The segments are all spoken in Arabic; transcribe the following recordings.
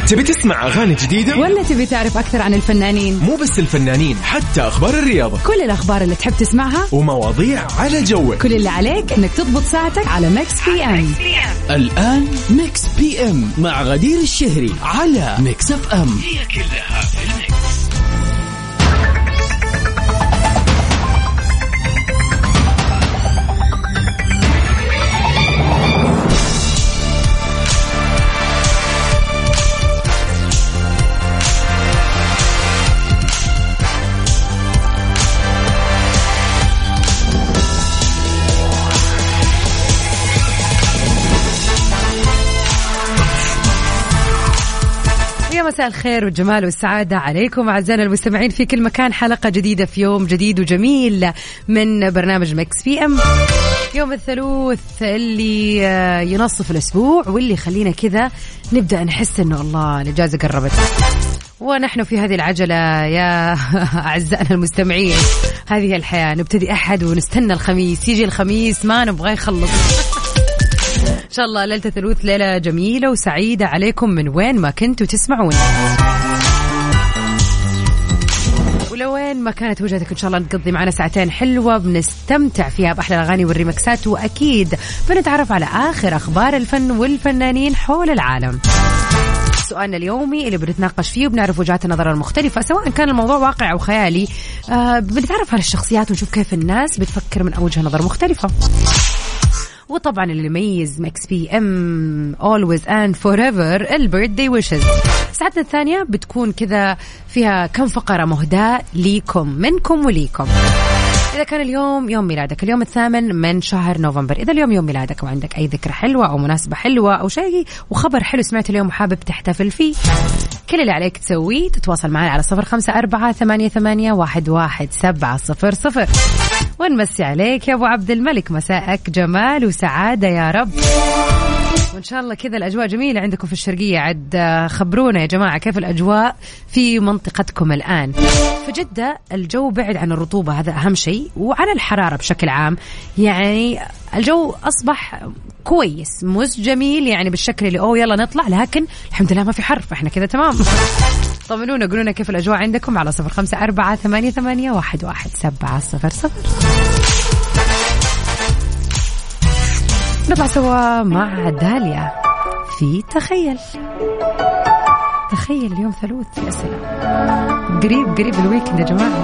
تبي تسمع أغاني جديدة ولا تبي تعرف أكثر عن الفنانين؟ مو بس الفنانين، حتى أخبار الرياضة، كل الأخبار اللي تحب تسمعها ومواضيع على جوك. كل اللي عليك إنك تضبط ساعتك على ميكس بي ام. الآن ميكس بي ام مع غدير الشهري على ميكس اف ام. هي كلها في الميكس. مساء الخير والجمال والسعادة عليكم أعزائنا المستمعين في كل مكان. حلقة جديدة في يوم جديد وجميل من برنامج ميكس بي ام. يوم الثلاث اللي ينصف الأسبوع واللي خلينا كذا نبدأ نحس إنه الله الإجازة قربت، ونحن في هذه العجلة يا أعزائنا المستمعين. هذه الحياة، نبتدي أحد ونستنى الخميس، يجي الخميس ما نبغى يخلص. إن شاء الله ليلة الثلاث ليلة جميلة وسعيدة عليكم من وين ما كنتوا تسمعون، ولو وين ما كانت وجهتك. إن شاء الله نقضي معنا ساعتين حلوة بنستمتع فيها بأحلى الأغاني والريمكسات، وأكيد بنتعرف على آخر أخبار الفن والفنانين حول العالم. سؤالنا اليومي اللي بنتناقش فيه وبنعرف وجهات النظر المختلفة، سواء كان الموضوع واقعي أو خيالي. بنتعرف على الشخصيات ونشوف كيف الناس بتفكر من وجهة نظر مختلفة. وطبعا اللي يميز ميكس بي ام always and forever البيرثدي ويشز. ساعتنا الثانية بتكون كذا فيها كم فقرة مهداة ليكم، منكم وليكم. إذا كان اليوم يوم ميلادك، اليوم 8 من شهر نوفمبر، إذا اليوم يوم ميلادك وعندك أي ذكرى حلوة أو مناسبة حلوة أو شيء وخبر حلو سمعت اليوم وحابب تحتفل فيه، كل اللي عليك تسويه تتواصل معنا على 0548811700 ونمسي عليك يا أبو عبد الملك. مساءك جمال وسعادة يا رب، وإن شاء الله كذا الأجواء جميلة عندكم في الشرقية. عد خبرونا يا جماعة كيف الأجواء في منطقتكم الآن. في جدة الجو بعد عن الرطوبة، هذا أهم شيء، وعن الحرارة بشكل عام. يعني الجو أصبح كويس مش جميل يعني بالشكل اللي يلا نطلع، لكن الحمد لله ما في حر، فإحنا كذا تمام. طمنونا قولونا كيف الأجواء عندكم على 0548811700. نطلع سوا مع داليا في تخيل. تخيل اليوم ثلاث، يا سلام، قريب الويكند يا جماعة.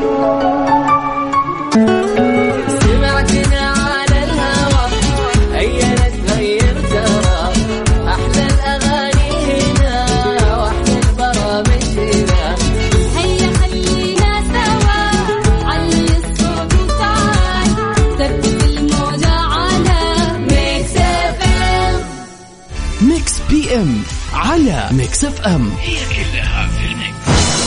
سمعتنا على الهوى هيا نتغير ترى، أحلى الأغاني هنا وأحلى البرامج هنا، هيا خلينا سوا علي الصوت وتعال ثبت الموجة على ميكس اف ام. ميكس بي ام على ميكس اف ام، هي كلها في الميكس.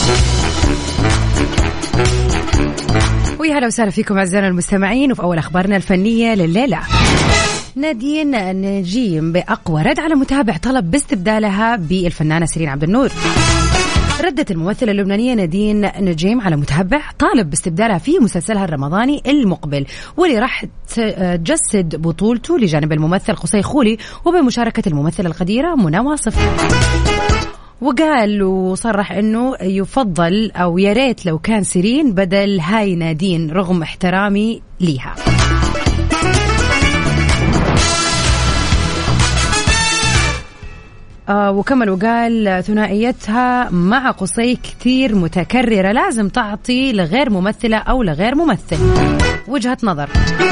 ويا هلا وسهلا فيكم أعزائنا المستمعين. وفي أول أخبارنا الفنية لليلة، نادين نجيم بأقوى رد على متابع طلب باستبدالها بالفنانة سيرين عبد النور. ردت الممثلة اللبنانية نادين نجيم على متابع طالب باستبدالها في مسلسلها الرمضاني المقبل، واللي راح تجسد بطولته لجانب الممثل قصي خولي وبمشاركة الممثلة القديرة منى واصف. وقال وصرح انه يفضل او يا ريت لو كان سيرين بدل هاي نادين رغم احترامي ليها. وكمل وقال ثنائيتها مع قصي كثير متكررة، لازم تعطي لغير ممثلة أو لغير ممثل وجهة نظر.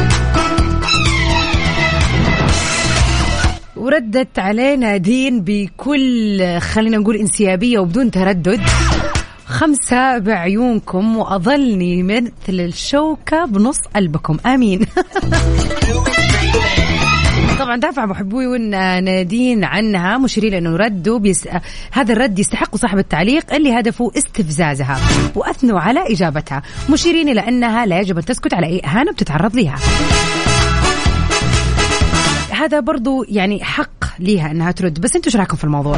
وردت عليه نادين بكل خلينا نقول انسيابية وبدون تردد: 5 بعيونكم وأظلني مثل الشوكة بنص قلبكم آمين. طبعا دافع محبوي نادين عنها مشيرين انه ردوا هذا الرد يستحق صاحب التعليق اللي هدفه استفزازها، واثنوا على اجابتها مشيرين الى انها لا يجب ان تسكت على اي اهانه بتتعرض لها. هذا برضو يعني حق ليها انها ترد، بس انتوا ايش رايكم في الموضوع؟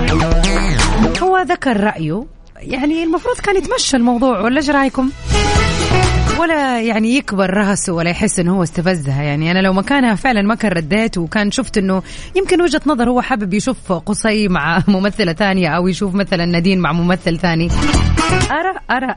هو ذكر رايه، يعني المفروض كان يتمشى الموضوع، ولا ايش رايكم؟ ولا يعني يكبر راسه ولا يحس انه هو استفزها. يعني انا لو مكانها فعلا ما كان رديت، وكان شفت انه يمكن وجهة نظر هو حابب يشوف قصي مع ممثلة ثانية او يشوف مثلا نادين مع ممثل ثاني. أرى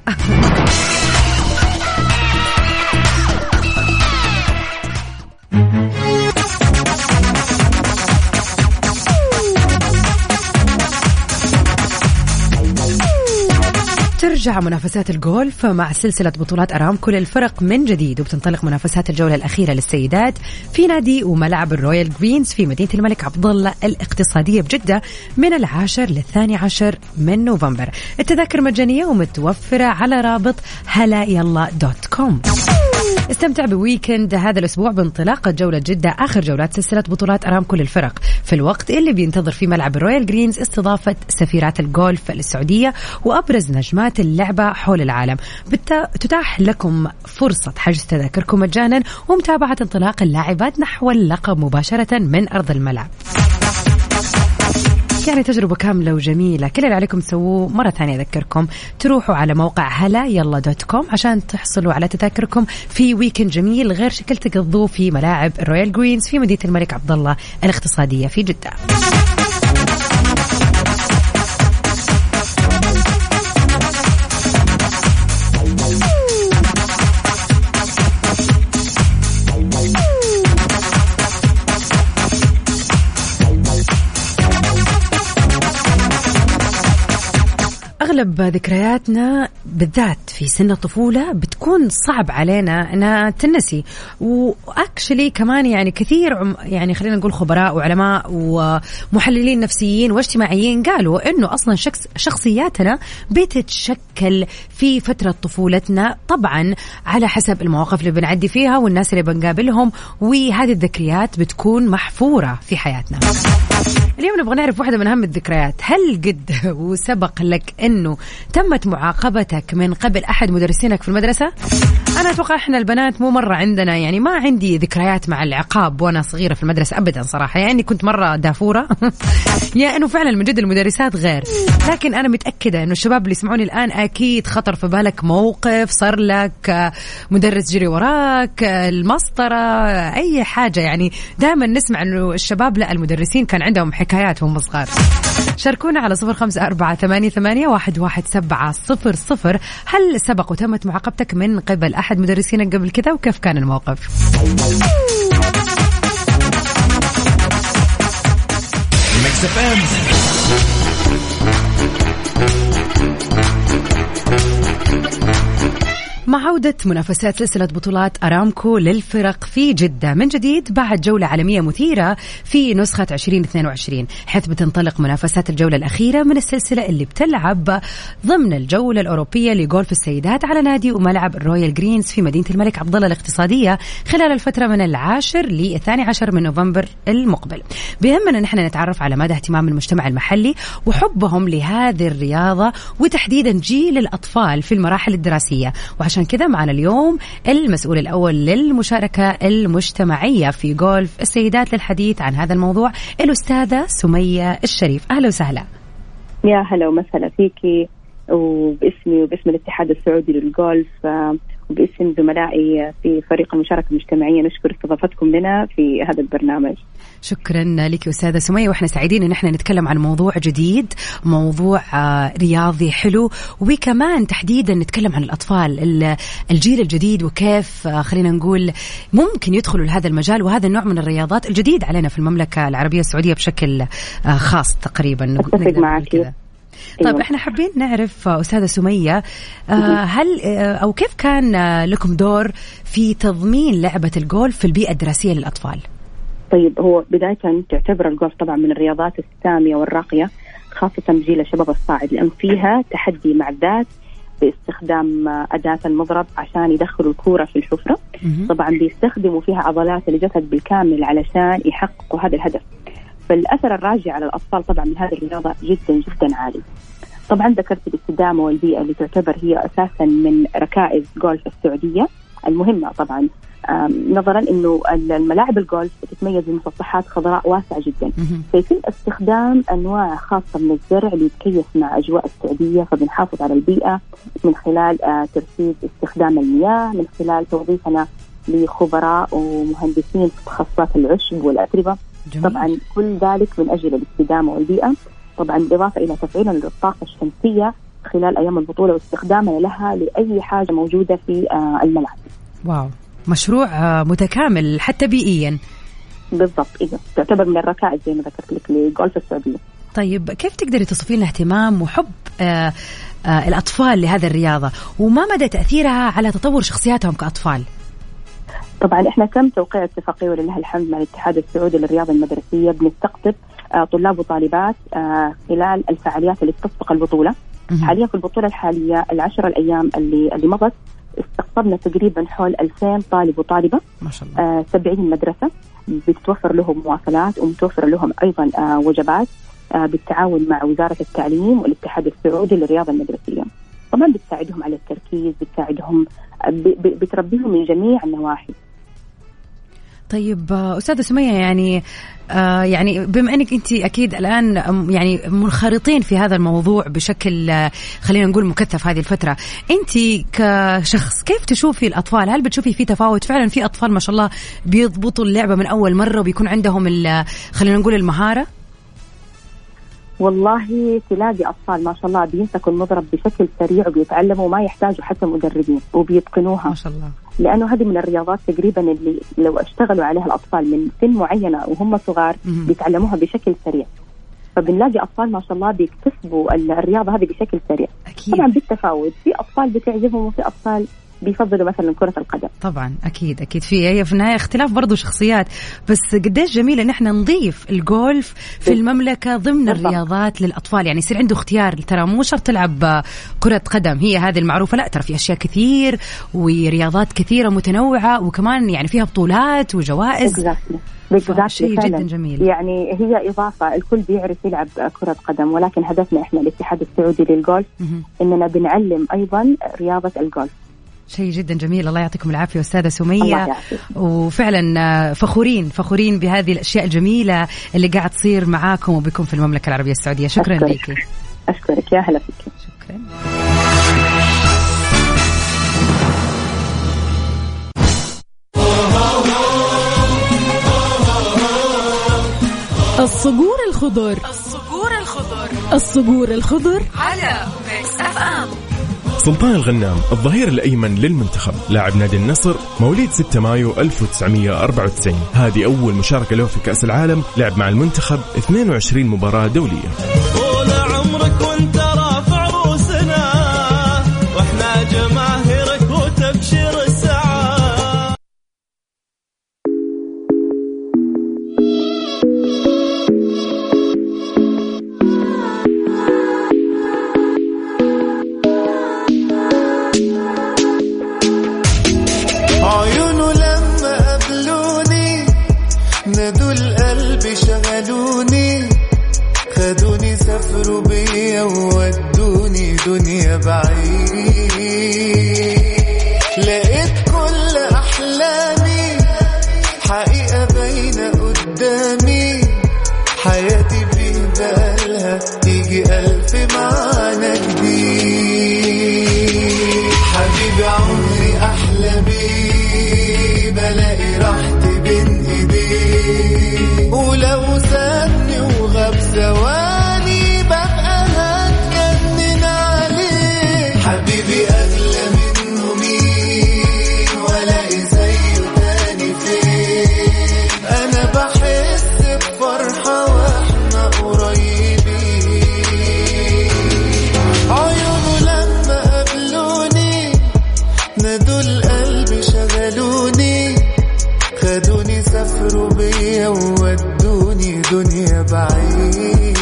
ترجع منافسات الجولف مع سلسلة بطولات أرامكو للفرق من جديد، وبتنطلق منافسات الجولة الأخيرة للسيدات في نادي وملعب الرويال جرينز في مدينة الملك عبدالله الاقتصادية بجدة من 10 ل12 من نوفمبر. التذاكر مجانية ومتوفرة على رابط هلايلا.com. استمتع بويكند هذا الأسبوع بانطلاقة جولة جدة، آخر جولات سلسلة بطولات أرامكو للفرق، في الوقت اللي بينتظر في ملعب الرويال جرينز استضافة سفيرات الجولف السعودية وأبرز نجمات اللعبة حول العالم. تتاح لكم فرصة حجز تذاكركم مجانا ومتابعة انطلاق اللاعبات نحو اللقب مباشرة من أرض الملعب. يعني تجربة كاملة وجميلة. كل اللي عليكم تسووه مرة ثانية أذكركم تروحوا على موقع هلايلا.com عشان تحصلوا على تذاكركم في ويكند جميل غير شكل تقضوه في ملاعب الرويال جرينز في مدينة الملك عبدالله الاقتصادية في جدة. أغلب ذكرياتنا بالذات في سن الطفولة بتكون صعب علينا أنها تنسي، وأكشلي كمان يعني كثير يعني خلينا نقول خبراء وعلماء ومحللين نفسيين واجتماعيين قالوا أنه أصلا شخصياتنا بتتشكل في فترة طفولتنا، طبعا على حسب المواقف اللي بنعدي فيها والناس اللي بنقابلهم، وهذه الذكريات بتكون محفورة في حياتنا. اليوم نبغى نعرف واحدة من أهم الذكريات. هل قد وسبق لك أنه تمت معاقبتك من قبل أحد مدرسينك في المدرسة؟ أنا أتوقع إحنا البنات مو مرة عندنا، يعني ما عندي ذكريات مع العقاب وأنا صغيرة في المدرسة أبدا صراحة، يعني كنت مرة دافورة يا أنه فعلا من جد المدرسات غير. لكن أنا متأكدة أنه الشباب اللي يسمعوني الآن أكيد خطر في بالك موقف صار لك، مدرس جري وراك، المسطرة، أي حاجة. يعني دائما نسمع أنه الشباب لا المدرسين كان عندهم حكايات وهم صغار. شاركونا على 0548811700. هل سبق وتمت معاقبتك من قبل أحد مدرسينك قبل كذا وكيف كان الموقف؟ مع عودة منافسات سلسلة بطولات أرامكو للفرق في جدة من جديد بعد جولة عالمية مثيرة في نسخة 2022، حيث بتنطلق منافسات الجولة الأخيرة من السلسلة اللي بتلعب ضمن الجولة الأوروبية لجولف السيدات على نادي وملعب الرويال جرينز في مدينة الملك عبدالله الاقتصادية خلال الفترة من 10 ل 12 من نوفمبر المقبل. بيهمنا نحن نتعرف على مدى اهتمام المجتمع المحلي وحبهم لهذه الرياضة وتحديدا جيل الأطفال في المراحل الدراسية، وعشان كذا معنا اليوم المسؤول الأول للمشاركة المجتمعية في جولف السيدات للحديث عن هذا الموضوع الأستاذة سمية الشريف. أهلا وسهلا. يا هلا ومسهلا فيكي وباسمي وباسم الاتحاد السعودي للجولف وباسم زملائي في فريق المشاركة المجتمعية نشكر استضافتكم لنا في هذا البرنامج. شكرا لك أستاذة سمية، وإحنا سعيدين إن إحنا نتكلم عن موضوع جديد، موضوع رياضي حلو، وكمان تحديدا نتكلم عن الأطفال الجيل الجديد وكيف خلينا نقول ممكن يدخلوا لهذا المجال وهذا النوع من الرياضات الجديد علينا في المملكة العربية السعودية بشكل خاص تقريبا. أتفق معك كذا. طيب احنا حابين نعرف أستاذة سمية هل أو كيف كان لكم دور في تضمين لعبة الجولف في البيئة الدراسية للأطفال؟ طيب هو بداية تعتبر الجولف طبعا من الرياضات السامية والراقية خاصة جيل الشباب الصاعد، لأن فيها تحدي مع الذات باستخدام أداة المضرب عشان يدخلوا الكورة في الحفرة. طبعا بيستخدموا فيها عضلات الجسد بالكامل علشان يحققوا هذا الهدف، فالأثر الراجع على الأطفال طبعا من هذه الرياضة جدا جدا عالي. طبعا ذكرت الاستدامة والبيئة اللي تعتبر هي أساسا من ركائز جولف السعودية المهمة طبعا نظرا إنه الملاعب الجولف تتميز بمسطحات خضراء واسعة جدا، فيتم استخدام أنواع خاصة من الزرع ليتكيف مع أجواء السعودية، فبنحافظ على البيئة من خلال ترشيد استخدام المياه، من خلال توظيفنا لخبراء ومهندسين في تخصصات العشب والأتربة. جميل. طبعا كل ذلك من أجل الاستدامة والبيئة، طبعا بالإضافة إلى تفعيل للطاقة الشمسية خلال أيام البطولة واستخدامها لها لأي حاجة موجودة في الملعب. واو، مشروع متكامل حتى بيئيا. بالضبط، إذا تعتبر من الركائز زي ما ذكرت لك لجولف السعودية. طيب كيف تقدري تصفين اهتمام وحب الأطفال لهذه الرياضة، وما مدى تأثيرها على تطور شخصياتهم كأطفال؟ طبعا احنا تم توقيع اتفاقية ولله الحمد مع الاتحاد السعودي للرياضة المدرسية، بنستقطب طلاب وطالبات خلال الفعاليات اللي تسبق البطولة. حاليا في البطولة الحالية ال10 الأيام اللي مضت استقطبنا تقريبا حول 2000 طالب وطالبة، ما شاء الله. 70 مدرسة بتتوفر لهم مواصلات ومتوفر لهم أيضا وجبات بالتعاون مع وزارة التعليم والاتحاد السعودي للرياضة المدرسية. طبعا بتساعدهم على التركيز، بتساعدهم بتربيهم من جميع النواحي. طيب أستاذة سمية، يعني بما أنك أنت أكيد الآن يعني منخرطين في هذا الموضوع بشكل خلينا نقول مكثف هذه الفترة، أنت كشخص كيف تشوفي الأطفال؟ هل بتشوفي في تفاوت فعلا في أطفال ما شاء الله بيضبطوا اللعبة من أول مرة وبيكون عندهم خلينا نقول المهارة؟ والله تلاقي أطفال ما شاء الله بيمسكوا المضرب بشكل سريع وبيتعلموا ما يحتاجوا حتى مدربين وبيتقنوها ما شاء الله، لأنه هذه من الرياضات تقريبا اللي لو اشتغلوا عليها الأطفال من سن معينة وهم صغار بيتعلموها بشكل سريع. فبنلاقي أطفال ما شاء الله بيكتسبوا الرياضة هذه بشكل سريع. أكيد. طبعا بالتفاوت، في أطفال بتعجبهم وفي أطفال بيفضلوا مثلا كرة القدم. طبعا أكيد هي في النهاية اختلاف برضو شخصيات، بس قديش جميل إن احنا نضيف الجولف في المملكة ضمن الرياضات للأطفال، يعني يصير عنده اختيار. ترى مو شرط تلعب كرة قدم هي هذه المعروفة، لا ترى في أشياء كثير ورياضات كثيرة متنوعة، وكمان يعني فيها بطولات وجوائز. شيء جدا جميل. يعني هي إضافة، الكل بيعرف يلعب كرة قدم، ولكن هدفنا إحنا الاتحاد السعودي للجولف إننا بنعلم أيضا رياضة الجولف. شيء جدا جميل. الله يعطيكم العافية أستاذة سمية، وفعلا فخورين بهذه الأشياء الجميلة اللي قاعد تصير معاكم وبكم في المملكة العربية السعودية. شكرا لك. أشكرك، يا هلا فيك. شكرا. الصقور الخضر على ميكس اف ام. سلطان الغنام الظهير الأيمن للمنتخب، لاعب نادي النصر، مواليد 6 مايو 1994. هذه أول مشاركة له في كأس العالم، لعب مع المنتخب 22 مباراة دولية. طول عمرك وانت رافع روسنا واحنا جماهيرك وتبشر السعادة. عيونه لما قابلوني نادوا القلب شغلوني، خدوني سافروا بيا وودوني دنيا بعيد، لقيت كل أحلامي حقيقة باينة قدامي، حياتي فيه بقالها تيجي 1000 معنى جديد. حبيبي عمري أحلى بيه، بلاقي راحتي بين إيديه، ولو سابني وغاب ثواني ببقى هتجنن عليه. حبيبي أغلى منه مين، ولاقي زيه تاني فين، أنا بحس بفرحة وإحنا قريبين. عيونه لما قابلوني نادوا القلب شغلوني، خدوني سافروا بيا وودوني دنيا بعيد.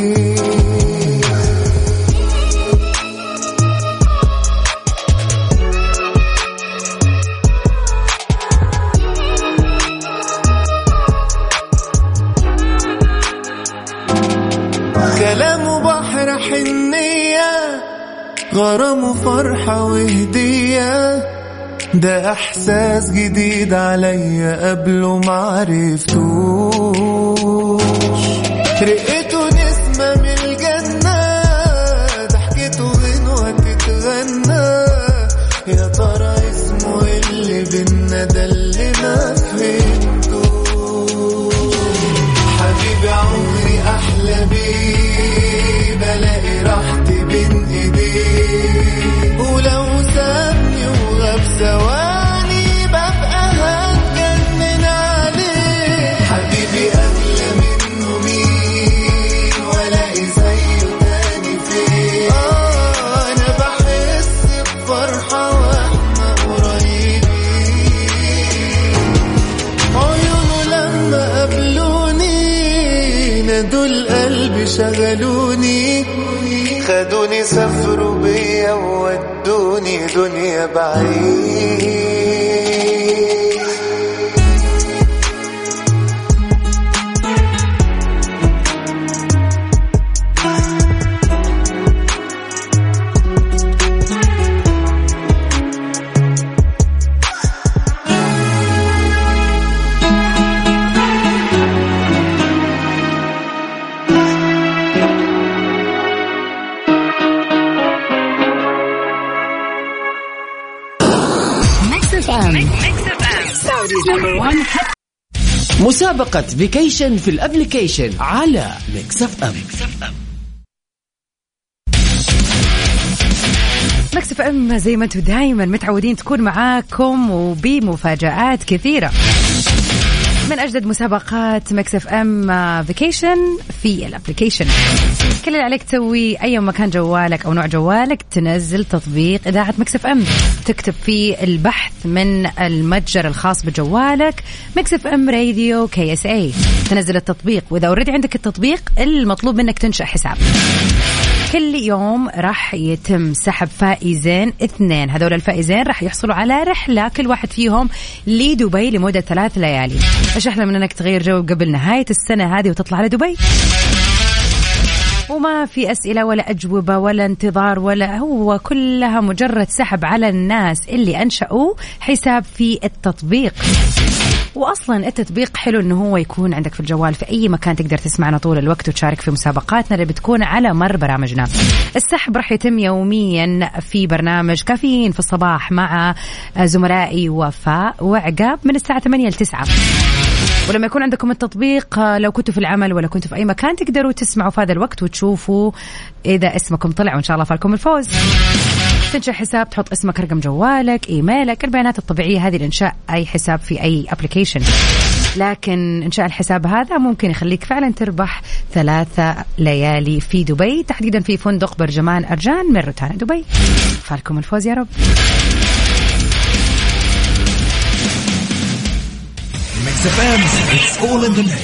كلامه بحر حنية، غرام وفرحة وهدية، ده احساس جديد عليا قبله معرفتوش. رقته نسمة من الجنة، ضحكته غنوة تتغنى، يا ترى اسمه اللي بينا ده اللي ما فهمتوش. حبيبي عمري احلى بيه، بلاقي راحتي بين ايديه، ولو سابني وغاب ثواني ببقى هتجنن عليه. حبيبي اغلى منه مين، والاقي زيه تاني فين. انا بحس بفرحة واحنا قريبين. عيونه لما قابلوني نادوا القلب شغلوني، خدوني سافروا بيا وودوني دنيا بعيد. مسابقة فيكيشن في الابليكيشن على ميكس اف ام. ميكس اف ام زي ما انتم دائما متعودين تكون معاكم وبمفاجآت كثيرة من أجدد مسابقات ميكس اف ام فيكيشن في الابليكيشن. كل اللي عليك تسوي أي مكان جوالك أو نوع جوالك تنزل تطبيق إذاعة ميكس اف ام، تكتب فيه البحث من المتجر الخاص بجوالك ميكس اف ام راديو KSA، تنزل التطبيق. وإذا أوريدي عندك التطبيق المطلوب منك تنشأ حساب. كل يوم راح يتم سحب فائزين 2، هذول الفائزين راح يحصلوا على رحلة كل واحد فيهم لدبي لمدة 3 ليالي. ايش احلى من انك تغير جو قبل نهاية السنة هذه وتطلع لدبي، وما في أسئلة ولا أجوبة ولا انتظار ولا، هو كلها مجرد سحب على الناس اللي أنشأوا حساب في التطبيق. وأصلا التطبيق حلو إنه هو يكون عندك في الجوال في أي مكان، تقدر تسمعنا طول الوقت وتشارك في مسابقاتنا اللي بتكون على مر برامجنا. السحب راح يتم يوميا في برنامج كافيين في الصباح مع زملائي وفاء وعقاب من الساعة 8 ل 9. ولما يكون عندكم التطبيق لو كنتوا في العمل ولا كنتوا في أي مكان تقدروا تسمعوا في هذا الوقت وتشوفوا إذا اسمكم طلع، وإن شاء الله فالكم الفوز. تنشأ حساب، تحط اسمك، رقم جوالك، إيميلك، البيانات الطبيعية هذه لإنشاء أي حساب في أي أبليكيشن. لكن إنشاء الحساب هذا ممكن يخليك فعلا تربح 3 ليالي في دبي، تحديدا في فندق برجمان أرجان من روتانا دبي. فالكم الفوز يا رب. Mix FM, it's all in the mix.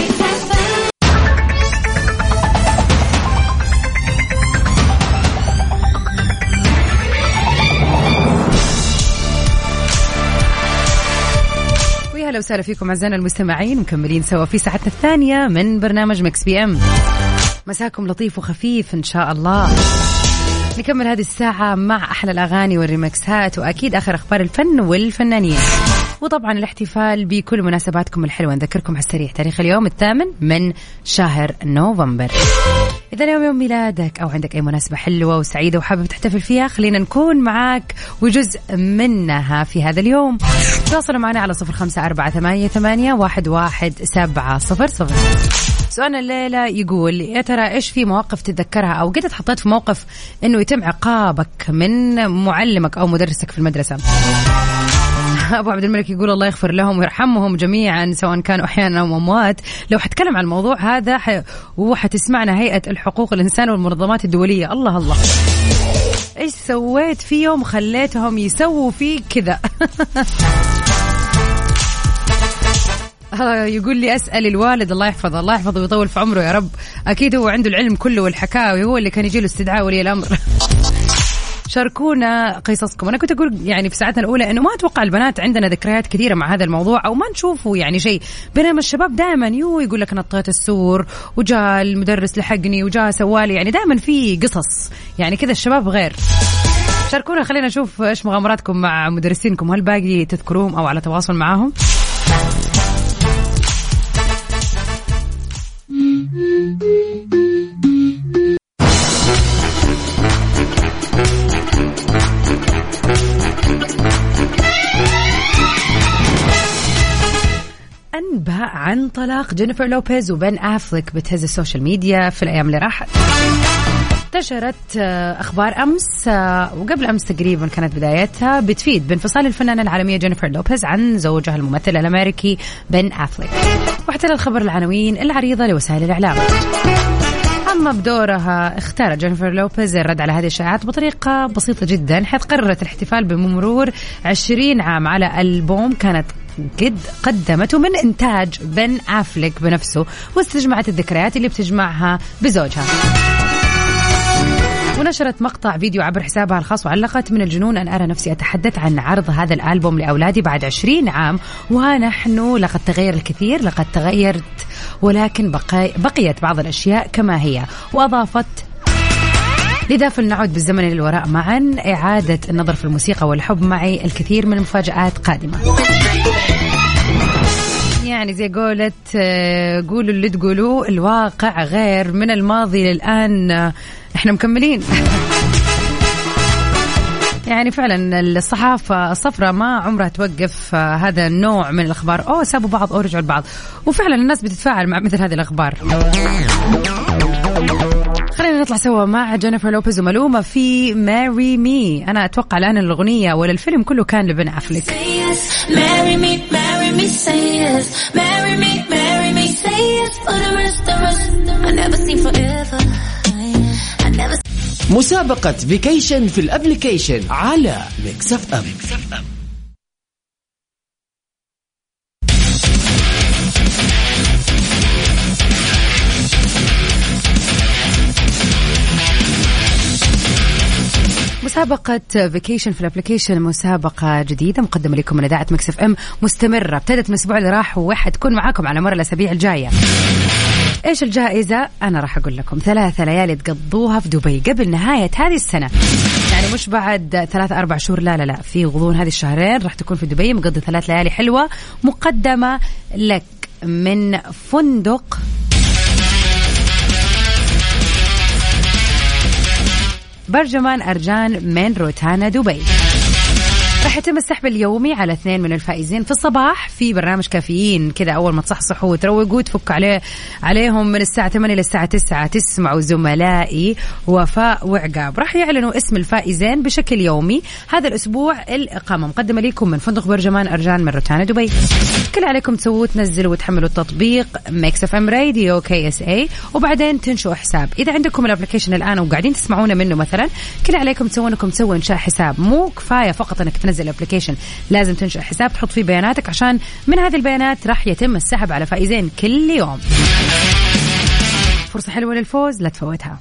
ويا هلا وسهلا فيكم أعزائنا المستمعين، مكملين سوا في ساعتنا الثانية من برنامج ميكس بي ام. مساكم لطيف وخفيف إن شاء الله. نكمل هذه الساعة مع أحلى الأغاني والريمكسات وأكيد آخر أخبار الفن والفنانين، وطبعا الاحتفال بكل مناسباتكم الحلوة. نذكركم على السريع تاريخ اليوم 8 من شهر نوفمبر. إذا اليوم يوم ميلادك أو عندك أي مناسبة حلوة وسعيدة وحابب تحتفل فيها، خلينا نكون معاك وجزء منها في هذا اليوم. تواصلوا معنا على 0548811700. سؤالنا الليلة يقول يا ترى إيش في مواقف تتذكرها أو قد تحطيت في موقف إنه يتم عقابك من معلمك أو مدرسك في المدرسة؟ أبو عبد الملك يقول الله يغفر لهم ويرحمهم جميعا سواء كانوا أحيانا أو أموات. لو حتكلم عن الموضوع هذا وحتسمعنا هيئة الحقوق الإنسان والمنظمات الدولية. الله الله، إيش سويت فيهم خليتهم يسووا فيك كذا؟ يقول لي أسأل الوالد الله يحفظه، الله يحفظه ويطول في عمره يا رب، أكيد هو عنده العلم كله والحكاوي، هو اللي كان يجي له استدعاء ولي الأمر. شاركونا قصصكم. أنا كنت أقول يعني في ساعتنا الأولى أنه ما أتوقع البنات عندنا ذكريات كثيرة مع هذا الموضوع أو ما نشوفه يعني شيء، بينما الشباب دائما يقول لك أنا نطيت السور وجاء المدرس لحقني وجاء سوالي، يعني دائما في قصص يعني كذا. الشباب غير، شاركونا، خلينا نشوف إيش مغامراتكم مع مدرسينكم، هل باقي تذكروهم أو على تواصل معاهم؟ أنباء عن طلاق جينيفر لوبيز وبن أفليك بتهز السوشيال ميديا في الأيام اللي راحت. انتشرت أخبار أمس وقبل أمس تقريبا كانت بدايتها بتفيد بانفصال الفنانة العالمية جينيفر لوبيز عن زوجها الممثل الأمريكي بن أفليك، واحتل الخبر العناوين العريضة لوسائل الإعلام. أما بدورها اختارت جينيفر لوبيز الرد على هذه الشائعات بطريقة بسيطة جدا، حيث قررت الاحتفال بمرور 20 عام على ألبوم كانت قد قدمته من إنتاج بن أفليك بنفسه، واستجمعت الذكريات اللي بتجمعها بزوجها. ونشرت مقطع فيديو عبر حسابها الخاص وعلقت: من الجنون أن أرى نفسي أتحدث عن عرض هذا الألبوم لأولادي بعد 20 عام، وها نحن لقد تغير الكثير، لقد تغيرت ولكن بقيت بعض الأشياء كما هي. وأضافت: لذا فلنعود بالزمن للوراء معا، إعادة النظر في الموسيقى والحب معي، الكثير من المفاجآت قادمة. يعني زي قولت قولوا اللي تقولوه، الواقع غير، من الماضي للآن احنا مكملين. يعني فعلا الصحافة الصفراء ما عمرها توقف هذا النوع من الأخبار، سابوا بعض أو رجعوا لبعض، وفعلا الناس بتتفاعل مع مثل هذه الأخبار. خلينا نطلع سوا مع جينيفر لوبيز وملومة في ماري مي. أنا أتوقع الآن الأغنية ولا الفيلم كله كان لبن أفليك. مسابقة فيكيشن في الابليكيشن على ميكس اف ام. مسابقة فيكيشن في الابليكيشن مسابقة جديدة مقدمة لكم من إذاعة ميكس اف ام، مستمرة، ابتدت من الأسبوع اللي راح وحتكون معاكم على مر الأسابيع الجاية. إيش الجائزة؟ أنا راح أقول لكم 3 ليالي تقضوها في دبي قبل نهاية هذه السنة، يعني مش بعد 3-4 شهور، لا في غضون هذه الشهرين راح تكون في دبي مقضي 3 ليالي حلوة مقدمة لك من فندق برجمان أرجان من روتانا دبي. راح يتم السحب اليومي على 2 من الفائزين في الصباح في برنامج كافيين كذا، أول ما تصحصحوا وتروقوا وتفك عليهم من الساعة 8 للساعة 9 تسمعوا زملائي وفاء وعقاب. راح يعلنوا اسم الفائزين بشكل يومي. هذا الأسبوع الإقامة مقدمة لكم من فندق برجمان أرجان من روتانا دبي. كل عليكم تسووا تنزلوا وتحملوا التطبيق ميكس اف ام راديو KSA، وبعدين تنشئوا حساب. إذا عندكم الابليكيشن الآن وقاعدين تسمعونا منه مثلا، كل عليكم تسووا إنشاء حساب. مو كفاية فقط أنك تنزل الابليكيشن، لازم تنشئ حساب تحط فيه بياناتك، عشان من هذه البيانات راح يتم السحب على فائزين كل يوم. فرصة حلوة للفوز، لا تفوتها.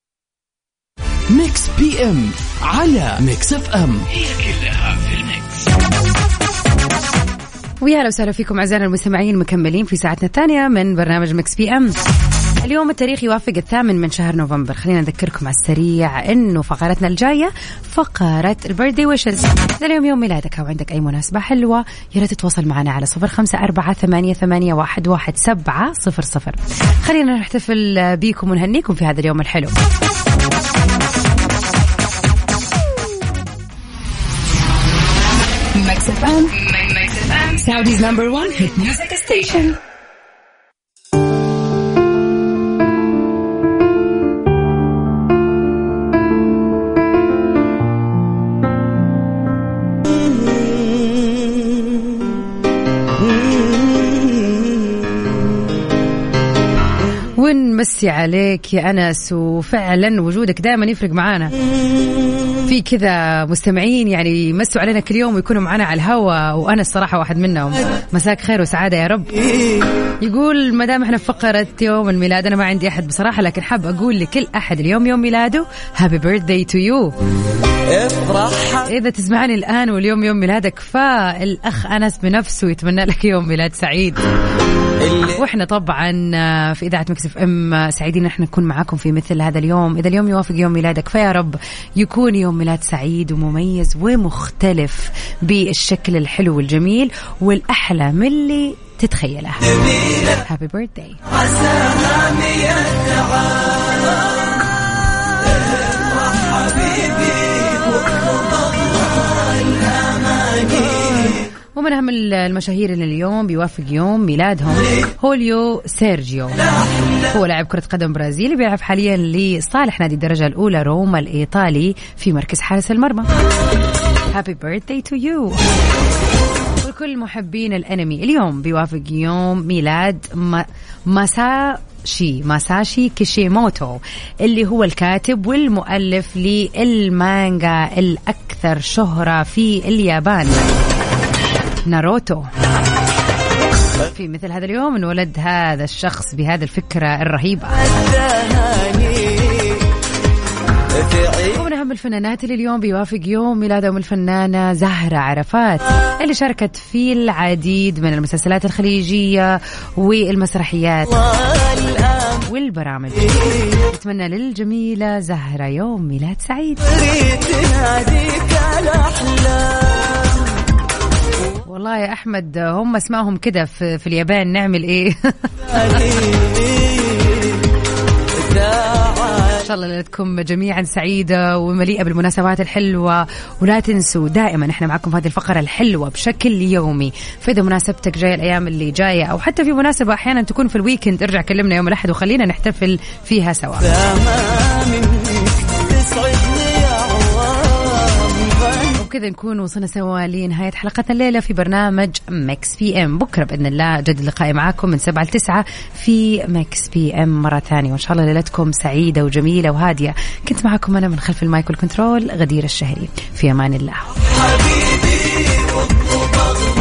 ميكس بي ام على ميكس اف ام، هي كلها في الميكس. ويا لو وسهلا فيكم أعزائنا المستمعين، مكملين في ساعتنا الثانية من برنامج ميكس بي ام. اليوم التاريخ يوافق 8 من شهر نوفمبر. خلينا نذكركم على السريع انه فقرتنا الجاية فقرة البيرثدي ويشز. اليوم يوم ميلادك او عندك اي مناسبة حلوة، يلا تتواصل معنا على 0548811700. خلينا نحتفل بيكم ونهنيكم في هذا اليوم الحلو. Mix FM, Saudi's #1 hit music station. ونمسي عليك يا أنس، وفعلا وجودك دائما يفرق معانا. في كذا مستمعين يعني يمسوا علينا كل يوم ويكونوا معنا على الهواء، وأنا الصراحة واحد منهم. مساك خير وسعادة يا رب. يقول مدام احنا في فقرة يوم الميلاد، أنا ما عندي أحد بصراحة، لكن حاب أقول لكل أحد اليوم يوم ميلاده هابي بيرثداي تو يو. إذا تسمعني الآن واليوم يوم ميلادك، فالأخ أنس بنفسه يتمنى لك يوم ميلاد سعيد. واحنا طبعا في إذاعة مكس اف ام سعيدين احنا نكون معاكم في مثل هذا اليوم. إذا اليوم يوافق يوم ميلادك فيا رب يكون يوم ميلاد سعيد ومميز ومختلف بالشكل الحلو والجميل والأحلى من اللي تتخيلها. هابي بيرثداي. ومن أهم المشاهير اللي اليوم بيوافق يوم ميلادهم هوليو سيرجيو. هو لاعب كرة قدم برازيلي بيلعب حاليا لصالح نادي الدرجة الأولى روما الإيطالي في مركز حارس المرمى. Happy birthday to you. وكل محبين الأنمي اليوم بيوافق يوم ميلاد ماساشي كيشيموتو اللي هو الكاتب والمؤلف للمانجا الأكثر شهرة في اليابان ناروتو. في مثل هذا اليوم انولد هذا الشخص بهذا الفكرة الرهيبة. ومن أهم الفنانات اللي اليوم بيوافق يوم ميلادهم الفنانة زهرة عرفات اللي شاركت في العديد من المسلسلات الخليجية والمسرحيات والبرامج. نتمنى للجميلة زهرة يوم ميلاد سعيد. والله يا أحمد هم اسمائهم كده في اليابان، نعمل إيه؟ إن شاء الله ليلتكم جميعا سعيدة ومليئة بالمناسبات الحلوة. ولا تنسوا دائما إحنا معكم في هذه الفقرة الحلوة بشكل يومي. فإذا مناسبتك جاية الأيام اللي جاية أو حتى في مناسبة أحيانا تكون في الويكند ارجع كلمنا يوم الأحد وخلينا نحتفل فيها سوا. وبكذا نكون وصلنا سوا لنهاية حلقتنا الليلة في برنامج مكس بي ام. بكرة بإذن الله جد اللقاء معاكم من 7 ل 9 في مكس بي ام مرة ثانية. وإن شاء الله ليلتكم سعيدة وجميلة وهادية. كنت معاكم أنا من خلف المايك والكنترول غدير الشهري. في أمان الله.